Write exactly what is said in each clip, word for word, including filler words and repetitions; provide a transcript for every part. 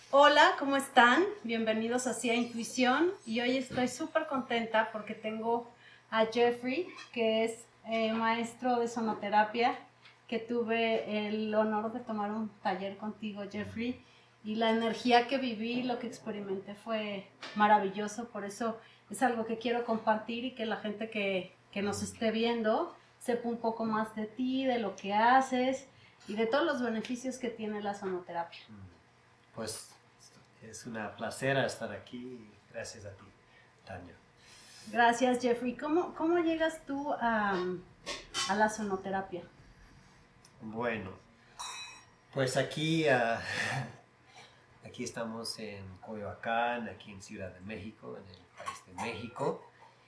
Hola, ¿cómo están? Bienvenidos hacia Intuición y hoy estoy súper contenta porque tengo a Jeffrey, que es eh, maestro de sonoterapia, que tuve el honor de tomar un taller contigo, Jeffrey, y la energía que viví, lo que experimenté fue maravilloso, por eso es algo que quiero compartir y que la gente que, que nos esté viendo sepa un poco más de ti, de lo que haces y de todos los beneficios que tiene la sonoterapia. Pues es un placer estar aquí. Gracias a ti, Tania. Gracias, Jeffrey. ¿Cómo, cómo llegas tú a, a la sonoterapia? Bueno, pues aquí, uh, aquí estamos en Coyoacán, aquí en Ciudad de México, en el país de México.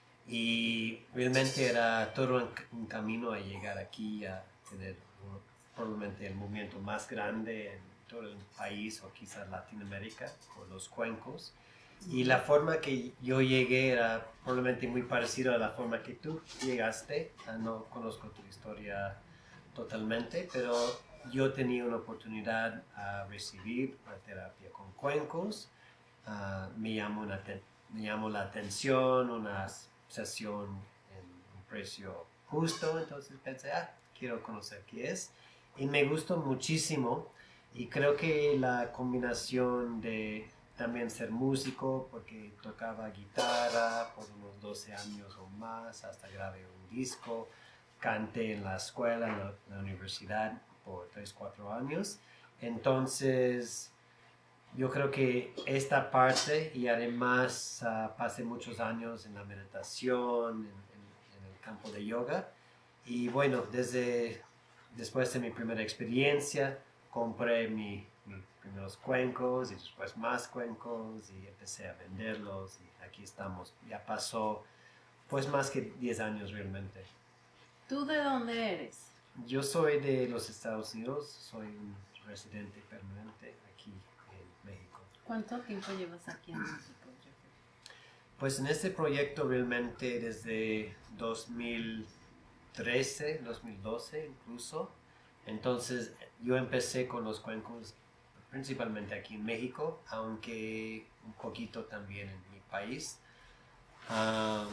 Y realmente era todo un, un camino a llegar aquí a tener uh, probablemente el movimiento más grande en todo el país o quizás Latinoamérica, con los cuencos. Y la forma que yo llegué era probablemente muy parecida a la forma que tú llegaste. No conozco tu historia totalmente, pero yo tenía una oportunidad a recibir una terapia con cuencos. Uh, me, llamó una me llamó la atención una sesión en un precio justo, entonces pensé, ah, quiero conocer qué es. Y me gustó muchísimo y creo que la combinación de también ser músico, porque tocaba guitarra por unos doce años o más, hasta grabé un disco, canté en la escuela, en la, en la universidad por tres cuatro años. Entonces, yo creo que esta parte, y además uh, pasé muchos años en la meditación, en, en, en el campo de yoga, y bueno, desde después de mi primera experiencia, compré mi, mis primeros cuencos y después más cuencos y empecé a venderlos y aquí estamos. Ya pasó pues más que diez años realmente. ¿Tú de dónde eres? Yo soy de los Estados Unidos, soy un residente permanente aquí en México. ¿Cuánto tiempo llevas aquí en México, Jeffrey? Pues en este proyecto realmente desde dos mil trece, dos mil doce incluso. Entonces yo empecé con los cuencos principalmente aquí en México, aunque un poquito también en mi país. Um,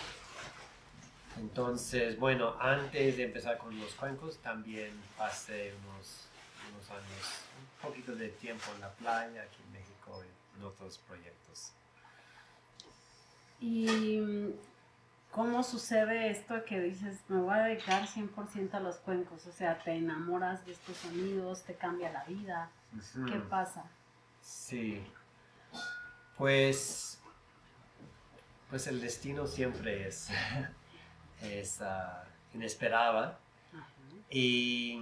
entonces, bueno, antes de empezar con los cuencos también pasé unos, unos años, un poquito de tiempo en la playa aquí en México y en otros proyectos. ¿Y cómo sucede esto que dices, me voy a dedicar cien por ciento a los cuencos? O sea, te enamoras de estos sonidos, te cambia la vida. Uh-huh. ¿Qué pasa? Sí, pues, pues el destino siempre es, es uh, inesperado. Uh-huh. Y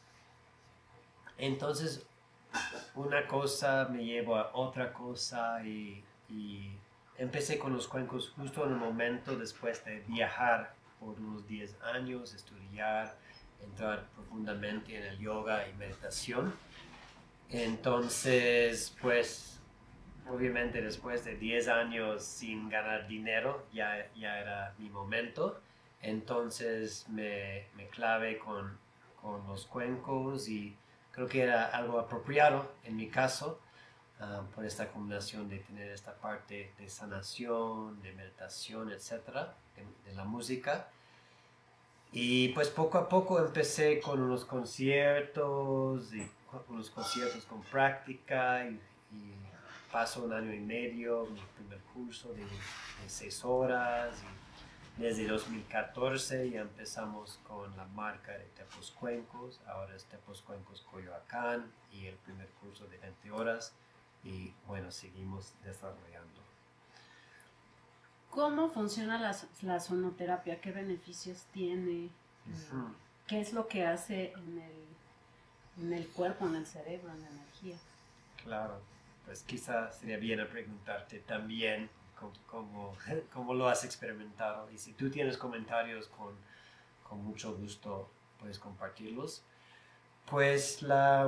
entonces una cosa me llevó a otra cosa y, y empecé con los cuencos justo en el momento después de viajar por unos diez años, estudiar, entrar profundamente en el yoga y meditación. Entonces, pues, obviamente después de diez años sin ganar dinero, ya, ya era mi momento. Entonces me, me clavé con, con los cuencos y creo que era algo apropiado en mi caso. Uh, por esta combinación de tener esta parte de sanación, de meditación, etcétera, de, de la música. Y pues poco a poco empecé con unos conciertos, y con unos conciertos con práctica, y, y paso un año y medio, mi primer curso de, de seis horas, y desde dos mil catorce ya empezamos con la marca de Tepos Cuencos, ahora es Tepos Cuencos Coyoacán, y el primer curso de veinte horas, y bueno, seguimos desarrollando. ¿Cómo funciona la, la sonoterapia? ¿Qué beneficios tiene? Uh-huh. ¿Qué es lo que hace en el, en el cuerpo, en el cerebro, en la energía? Claro, pues quizás sería bien preguntarte también cómo, cómo, cómo lo has experimentado y si tú tienes comentarios con, con mucho gusto puedes compartirlos. Pues la,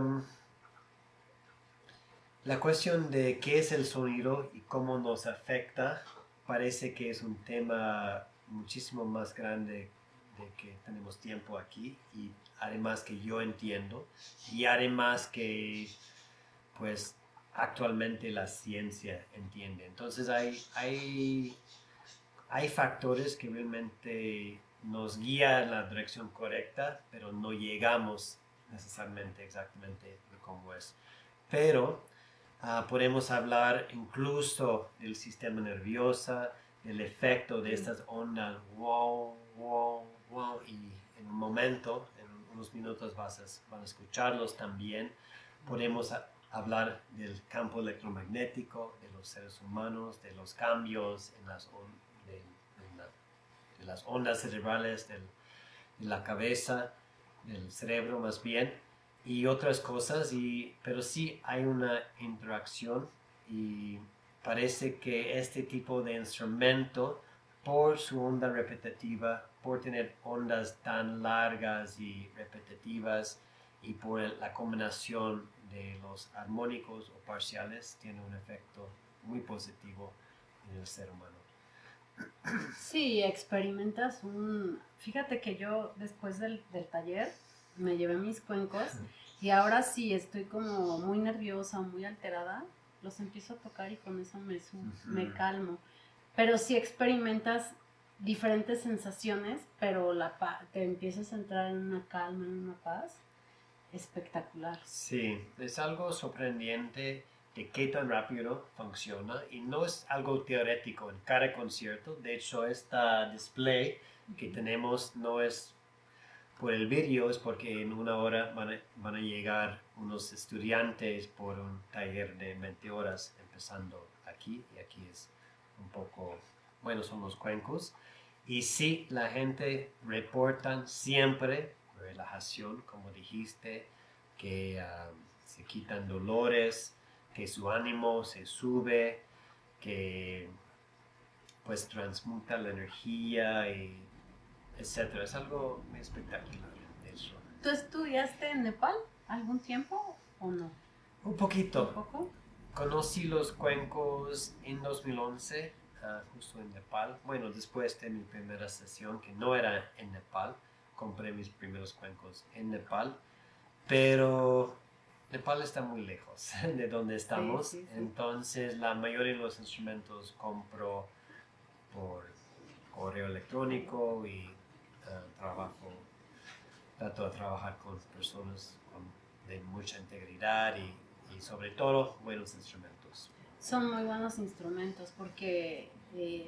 la cuestión de qué es el sonido y cómo nos afecta parece que es un tema muchísimo más grande de que tenemos tiempo aquí y además que yo entiendo y además que pues actualmente la ciencia entiende. Entonces hay, hay, hay factores que realmente nos guían en la dirección correcta, pero no llegamos necesariamente exactamente de cómo es. Pero uh, podemos hablar incluso del sistema nervioso, del efecto de estas ondas, wow, wow, wow, y en un momento, en unos minutos vas a, van a escucharlos también. Podemos a, hablar del campo electromagnético, de los seres humanos, de los cambios en las, on, de, de la, de las ondas cerebrales, del, de la cabeza, del cerebro más bien, y otras cosas, y, pero sí hay una interacción y parece que este tipo de instrumento, por su onda repetitiva, por tener ondas tan largas y repetitivas, y por la combinación de los armónicos o parciales, tiene un efecto muy positivo en el ser humano. Sí, experimentas un... Fíjate que yo después del, del taller me llevé mis cuencos y ahora sí estoy como muy nerviosa o muy alterada, los empiezo a tocar y con eso me, uh-huh. me calmo. Pero sí experimentas diferentes sensaciones, pero la pa- te empiezas a entrar en una calma, en una paz espectacular. Sí, es algo sorprendente de qué tan rápido funciona y no es algo teórico en cada concierto. De hecho, este display que tenemos no es por el vídeo, es porque en una hora van a, van a llegar unos estudiantes por un taller de veinte horas empezando aquí, y aquí es un poco, bueno, son los cuencos. Y sí, la gente reportan siempre relajación, como dijiste, que uh, se quitan dolores, que su ánimo se sube, que pues transmuta la energía, y etcétera. Es algo muy espectacular, de hecho. ¿Tú estudiaste en Nepal algún tiempo o no? Un poquito. ¿Un poco? Conocí los cuencos en dos mil once, uh, justo en Nepal. Bueno, después de mi primera sesión, que no era en Nepal, compré mis primeros cuencos en Nepal, pero Nepal está muy lejos de donde estamos, sí, sí, sí. Entonces la mayoría de los instrumentos compro por correo electrónico y uh, trabajo, trato de trabajar con personas con, de mucha integridad y, y sobre todo buenos instrumentos. Son muy buenos instrumentos porque eh,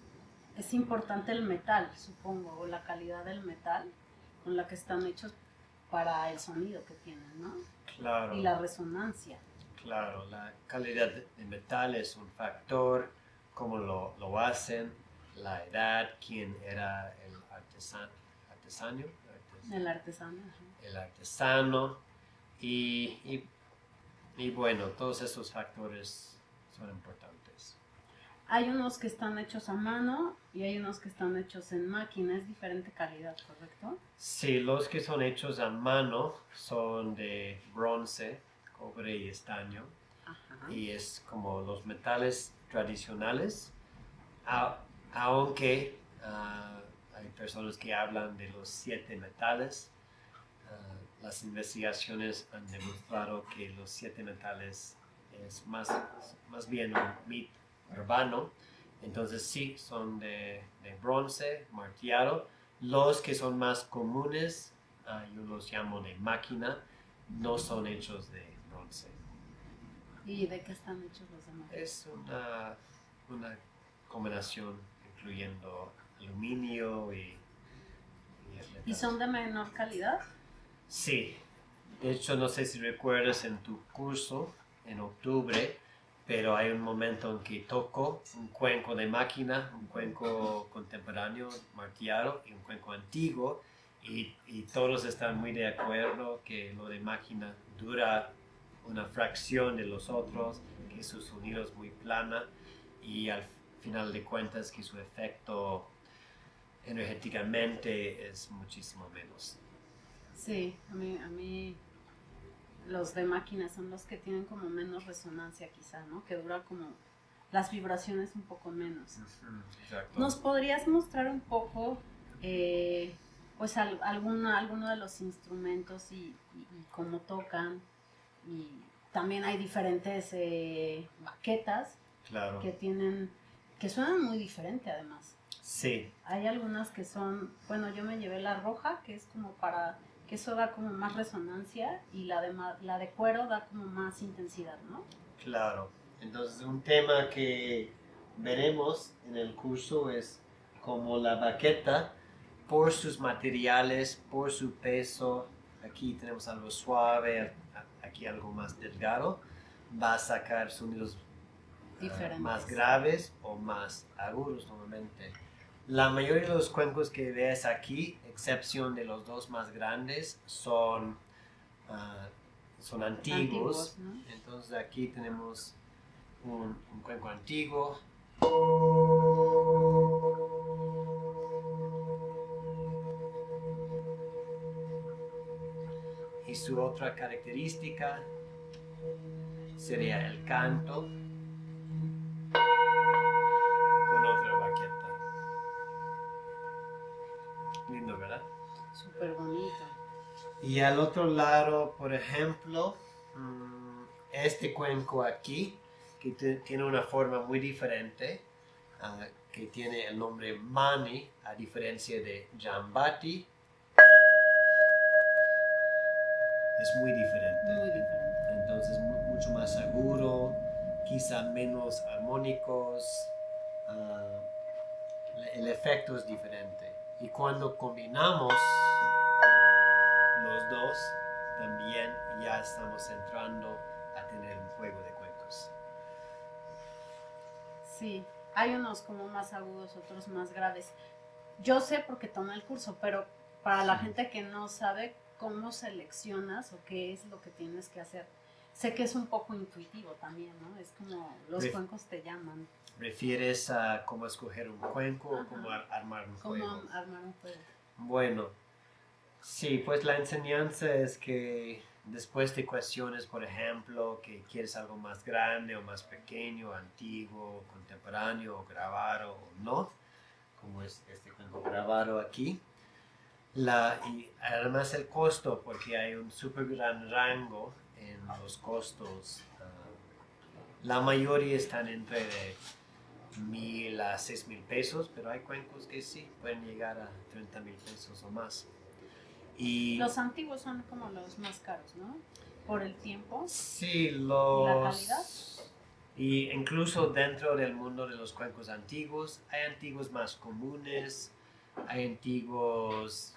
es importante el metal, supongo, o la calidad del metal con la que están hechos para el sonido que tienen, ¿no? Claro. Y la resonancia. Claro, la calidad de metal es un factor, cómo lo, lo hacen, la edad, quién era el artesan, artesano, artes, el artesano. El artesano y, y, y bueno, todos esos factores son importantes. Hay unos que están hechos a mano y hay unos que están hechos en máquina, es diferente calidad, ¿correcto? Sí, los que son hechos a mano son de bronce, cobre y estaño. Ajá. Y es como los metales tradicionales, a, aunque uh, hay personas que hablan de los siete metales. Uh, las investigaciones han demostrado que los siete metales es más, más bien un mito urbano. Entonces sí, son de, de bronce, martillado. Los que son más comunes, uh, yo los llamo de máquina, no son hechos de bronce. ¿Y de qué están hechos los demás? Es una, una combinación incluyendo aluminio y... ¿Y, ¿Y son de menor calidad? Sí. De hecho, no sé si recuerdas en tu curso, en octubre, pero hay un momento en que toco un cuenco de máquina, un cuenco contemporáneo, martillado, y un cuenco antiguo, y, y todos están muy de acuerdo que lo de máquina dura una fracción de los otros, que su sonido es muy plana, y al final de cuentas que su efecto energéticamente es muchísimo menos. Sí, a mí, a mí los de máquina son los que tienen como menos resonancia quizá, ¿no? Que dura como las vibraciones un poco menos. Uh-huh, exacto. ¿Nos podrías mostrar un poco eh, pues al, alguna, alguno de los instrumentos y, y, y cómo tocan y también hay diferentes eh, baquetas Claro. que tienen, que suenan muy diferente además. Sí. Hay algunas que son, bueno, yo me llevé la roja, que es como para, que eso da como más resonancia, y la de, ma- la de cuero da como más intensidad, ¿no? Claro. Entonces, un tema que veremos en el curso es como la baqueta, por sus materiales, por su peso, aquí tenemos algo suave, aquí algo más delgado, va a sacar sonidos uh, Diferentes. más graves o más agudos normalmente. La mayoría de los cuencos que ves aquí, excepción de los dos más grandes, son, uh, son antiguos. Antiguos, ¿no? Entonces aquí tenemos un, un cuenco antiguo. Y su otra característica sería el canto con otra baqueta. Lindo, ¿verdad? Súper bonito. Y al otro lado, por ejemplo, este cuenco aquí, que tiene una forma muy diferente, uh, que tiene el nombre Mani, a diferencia de Jambati, es muy diferente. Muy diferente. Entonces, mucho más agudo, quizá menos armónicos, uh, el efecto es diferente. Y cuando combinamos los dos, también ya estamos entrando a tener un juego de cuencos. Sí, hay unos como más agudos, otros más graves. Yo sé porque tomé el curso, pero para la gente que no sabe cómo seleccionas o qué es lo que tienes que hacer, sé que es un poco intuitivo también, ¿no? Es como los Ref- cuencos te llaman. ¿Refieres a cómo escoger un cuenco Ajá. o cómo ar- armar un ¿Cómo juego? armar un juego? Bueno, sí, pues la enseñanza es que después de cuestiones, por ejemplo, que quieres algo más grande o más pequeño, antiguo, contemporáneo, o grabado o no, como es este cuenco grabado aquí, la, y además el costo, porque hay un súper gran rango en los costos. Uh, la mayoría están entre de mil a seis mil pesos, pero hay cuencos que sí pueden llegar a treinta mil pesos o más. Y Los antiguos son como los más caros, ¿no? Por el tiempo. sí, los... ¿Y la calidad? Y incluso dentro del mundo de los cuencos antiguos, hay antiguos más comunes, hay antiguos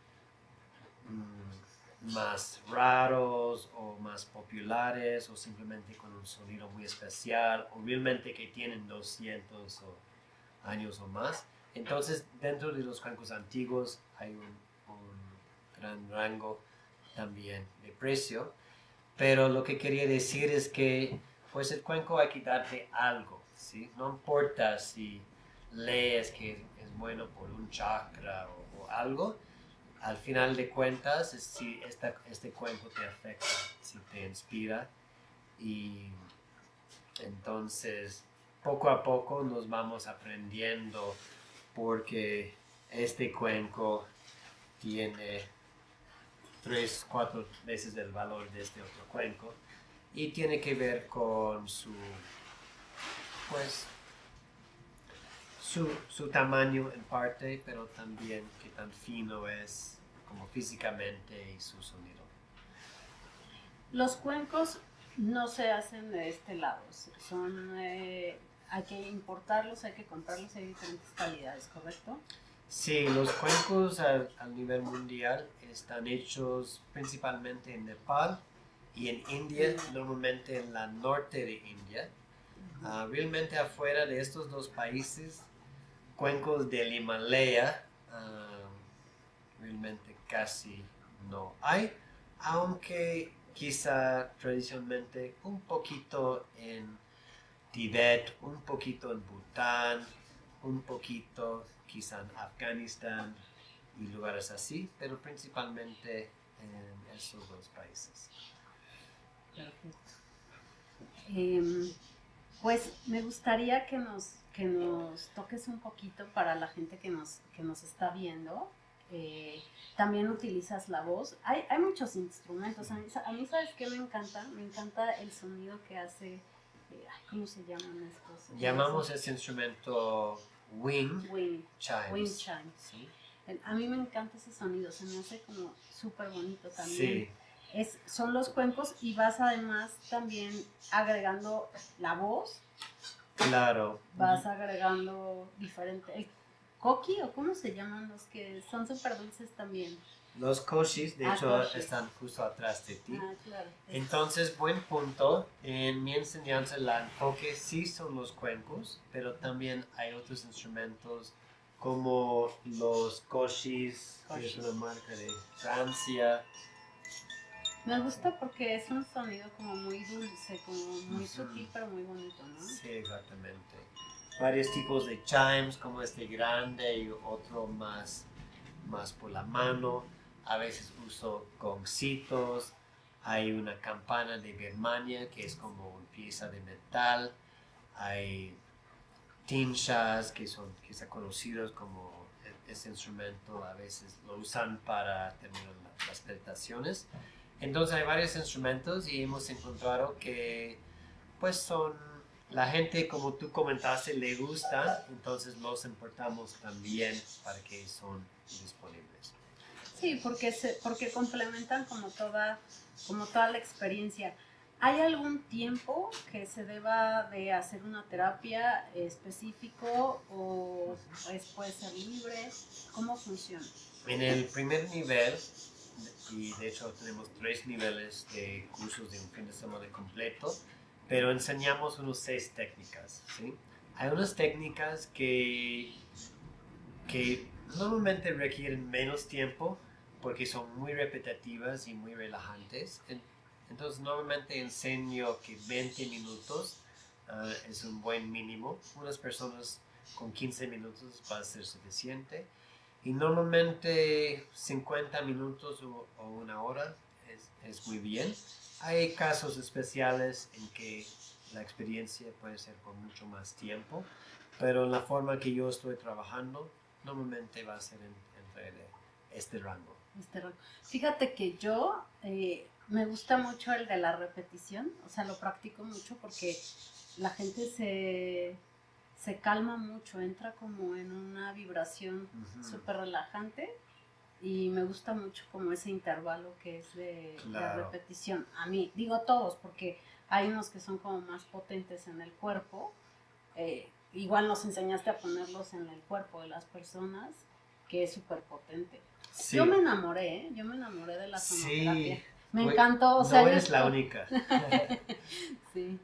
mmm, más raros o más populares o simplemente con un sonido muy especial o realmente que tienen doscientos o años o más. Entonces, dentro de los cuencos antiguos hay un, un gran rango también de precio. Pero lo que quería decir es que, pues el cuenco hay que darle algo, ¿sí? No importa si lees que es, es bueno por un chakra o, o algo, al final de cuentas, es si esta, este cuenco te afecta, si te inspira. Y entonces, poco a poco nos vamos aprendiendo porque este cuenco tiene tres, cuatro veces el valor de este otro cuenco y tiene que ver con su, pues, su, su tamaño en parte, pero también qué tan fino es como físicamente y su sonido. Los cuencos no se hacen de este lado, son, eh, hay que importarlos, hay que comprarlos, hay diferentes calidades, ¿correcto? Sí, los cuencos al, al nivel mundial están hechos principalmente en Nepal y en India, normalmente en la norte de India. Uh, realmente afuera de estos dos países, cuencos del Himalaya uh, realmente casi no hay, aunque quizá tradicionalmente un poquito en Tibet, un poquito en Bután, un poquito quizá en Afganistán y lugares así, pero principalmente en esos dos países. Perfecto. Eh, pues me gustaría que nos, que nos toques un poquito para la gente que nos, que nos está viendo, eh, también utilizas la voz. Hay, hay muchos instrumentos. A mí, a mí, ¿sabes qué me encanta? Me encanta el sonido que hace, eh, ¿cómo se llaman estos? Llamamos ese instrumento wind, wind chimes. Wind chimes. ¿Sí? A mí me encanta ese sonido, se me hace como súper bonito también. Sí. Es, son los cuencos y vas además también agregando la voz. Claro. Vas agregando diferente. ¿El coqui o cómo se llaman los que son súper dulces también? Los koshis, de ah, hecho, koshis. Están justo atrás de ti. Ah, claro. Entonces, buen punto. En mi enseñanza, el enfoque sí son los cuencos, pero también hay otros instrumentos como los koshis, que es una marca de Francia. Me gusta porque es un sonido como muy dulce, como muy uh-huh. sutil, pero muy bonito, ¿no? Sí, exactamente. Varios tipos de chimes, como este grande y otro más, más por la mano. A veces uso goncitos. Hay una campana de Birmania que es como una pieza de metal. Hay tinchas que son quizá conocidos como este instrumento. A veces lo usan para terminar las presentaciones. Entonces hay varios instrumentos y hemos encontrado que pues son, la gente como tú comentaste le gusta, entonces los importamos también para que son disponibles. Sí, porque, se, porque complementan como toda, como toda la experiencia. ¿Hay algún tiempo que se deba de hacer una terapia específico o es, puede ser libre? ¿Cómo funciona? En el primer nivel, y de hecho tenemos tres niveles de cursos de un fin de semana completo, pero enseñamos unas seis técnicas, ¿sí? Hay unas técnicas que, que normalmente requieren menos tiempo porque son muy repetitivas y muy relajantes. Entonces normalmente enseño que veinte minutos uh, es un buen mínimo. Unas personas con quince minutos va a ser suficiente. Y normalmente cincuenta minutos o, o una hora es, es muy bien. Hay casos especiales en que la experiencia puede ser por mucho más tiempo, pero la forma que yo estoy trabajando normalmente va a ser en, entre este rango. Este rango. Fíjate que yo eh, me gusta mucho el de la repetición, o sea, lo practico mucho porque la gente se... se calma mucho, entra como en una vibración uh-huh. súper relajante y me gusta mucho como ese intervalo que es de, claro. de repetición. A mí, digo todos, porque hay unos que son como más potentes en el cuerpo, eh, igual nos enseñaste a ponerlos en el cuerpo de las personas, que es súper potente. Sí. Yo me enamoré, ¿eh? yo me enamoré de la sonoterapia. Sí. Me Uy, encantó. O sea, no eres la única. Sí.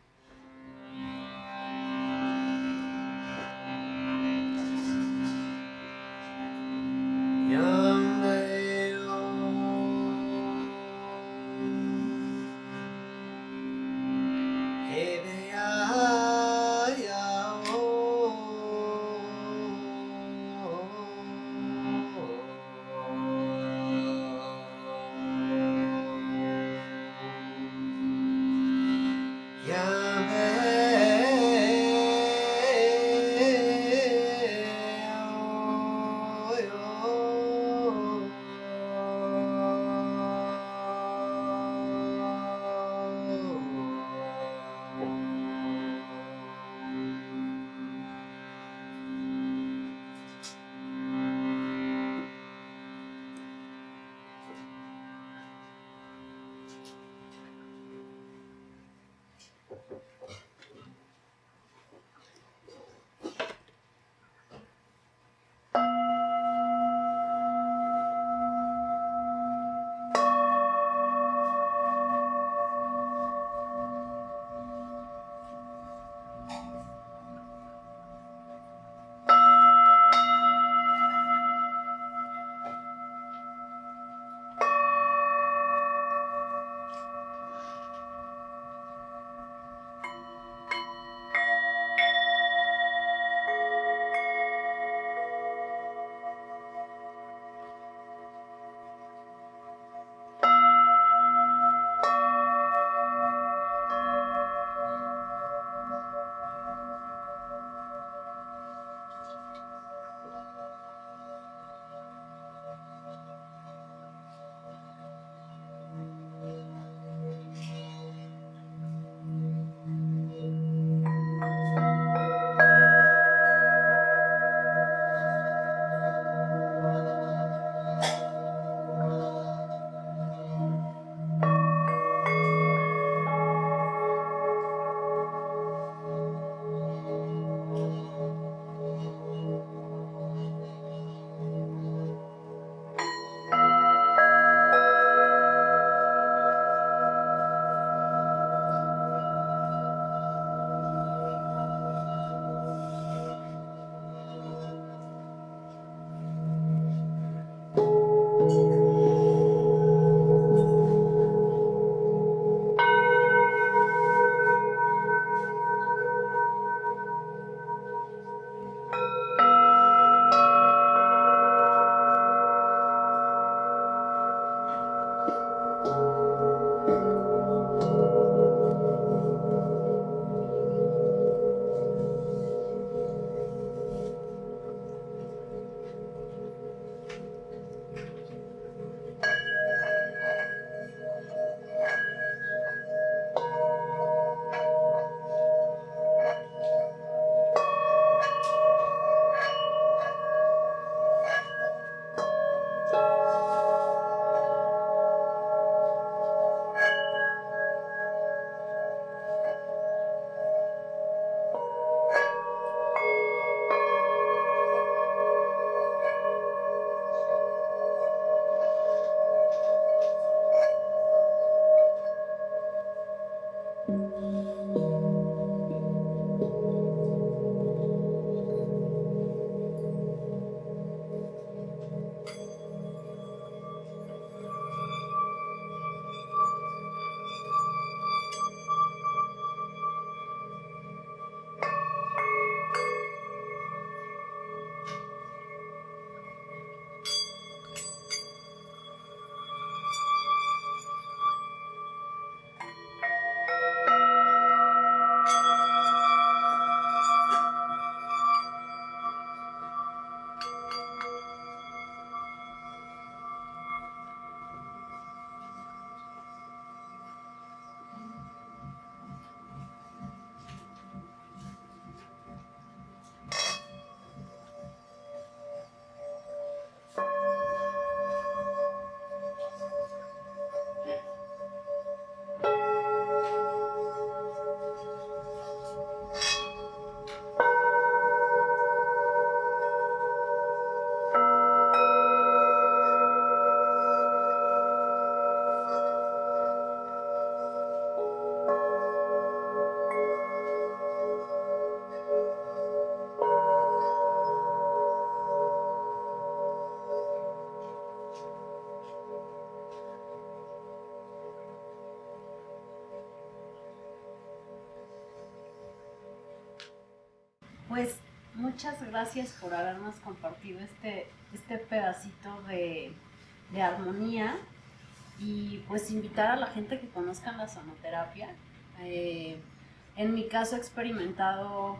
Pues muchas gracias por habernos compartido este, este pedacito de, de armonía y pues invitar a la gente que conozcan la sonoterapia. Eh, en mi caso he experimentado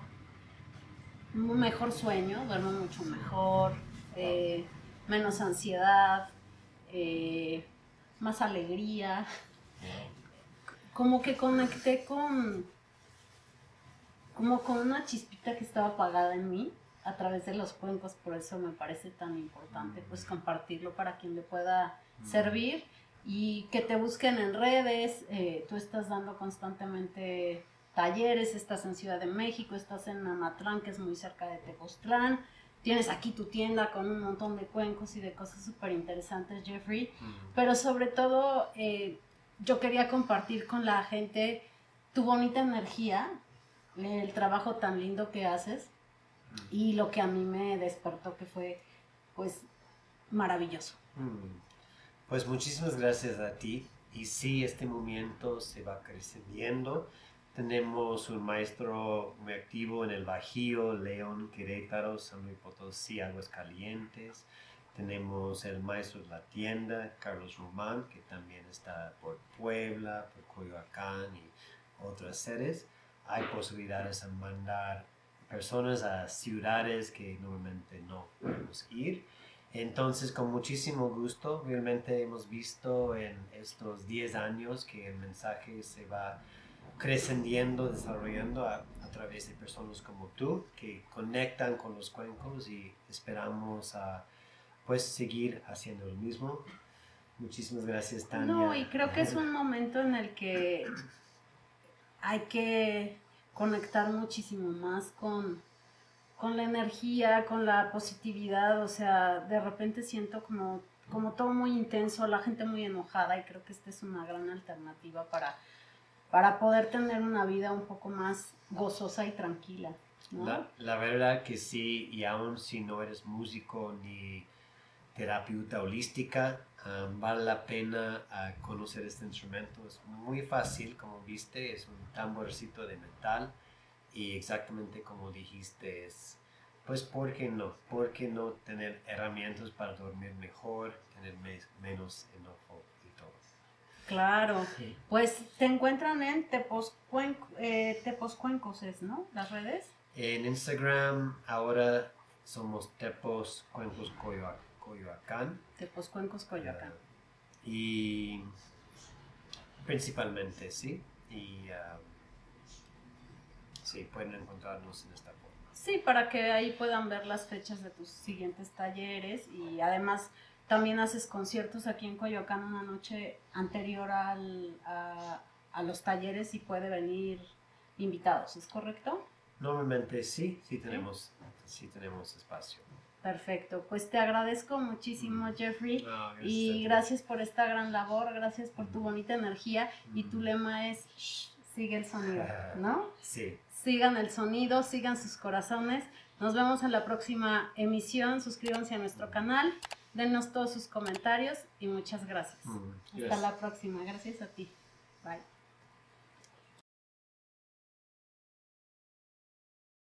un mejor sueño, duermo mucho mejor, eh, menos ansiedad, eh, más alegría, como que conecté con, como con una chispita que estaba apagada en mí a través de los cuencos, por eso me parece tan importante pues compartirlo para quien le pueda servir y que te busquen en redes. Eh, tú estás dando constantemente talleres, estás en Ciudad de México, estás en Amatlán, que es muy cerca de Tepoztlán, tienes aquí tu tienda con un montón de cuencos y de cosas súper interesantes, Jeffrey, uh-huh. Pero sobre todo eh, yo quería compartir con la gente tu bonita energía, el trabajo tan lindo que haces uh-huh. Y lo que a mí me despertó que fue pues maravilloso. Uh-huh. Pues muchísimas gracias a ti y sí, este movimiento se va creciendo. Tenemos un maestro muy activo en el Bajío, León, Querétaro, San Luis Potosí, Aguascalientes. Tenemos el maestro de la tienda, Carlos Román, que también está por Puebla, por Coyoacán y otras sedes. Hay posibilidades de mandar personas a ciudades que normalmente no podemos ir. Entonces, con muchísimo gusto, realmente hemos visto en estos diez años que el mensaje se va creciendo, desarrollando a, a través de personas como tú que conectan con los cuencos y esperamos a pues seguir haciendo lo mismo. Muchísimas gracias, Tania. No, y creo que es un momento en el que hay que conectar muchísimo más con, con la energía, con la positividad, o sea, de repente siento como, como todo muy intenso, la gente muy enojada y creo que esta es una gran alternativa para para poder tener una vida un poco más gozosa y tranquila, ¿no? La, la verdad que sí, y aún si no eres músico ni terapeuta holística, um, vale la pena uh, conocer este instrumento. Es muy fácil, como viste, es un tamborcito de metal y exactamente como dijiste, es, pues, ¿por qué no? ¿Por qué no tener herramientas para dormir mejor, tener me menos enojo y todo? Claro, sí. Pues te encuentran en Tepozcuenco, eh, Tepozcuencos, ¿no? Las redes. En Instagram ahora somos Tepozcuencos Coyoacán. Tepozcuencos Coyoacán. Uh, y principalmente, sí. Y uh, sí, pueden encontrarnos en esta forma. Sí, para que ahí puedan ver las fechas de tus siguientes talleres y además también haces conciertos aquí en Coyoacán una noche anterior al, a, a los talleres y puede venir invitados, ¿es correcto? Normalmente sí, sí tenemos, ¿Sí? sí tenemos espacio. Perfecto, pues te agradezco muchísimo, mm. Jeffrey, no, gracias y gracias por esta gran labor, gracias por mm. tu bonita energía mm. y tu lema es, sigue el sonido, ¿no? Sí. Sigan el sonido, sigan sus corazones. Nos vemos en la próxima emisión. Suscríbanse a nuestro canal, denos todos sus comentarios y muchas gracias. Mm, Hasta gracias. la próxima. Gracias a ti. Bye.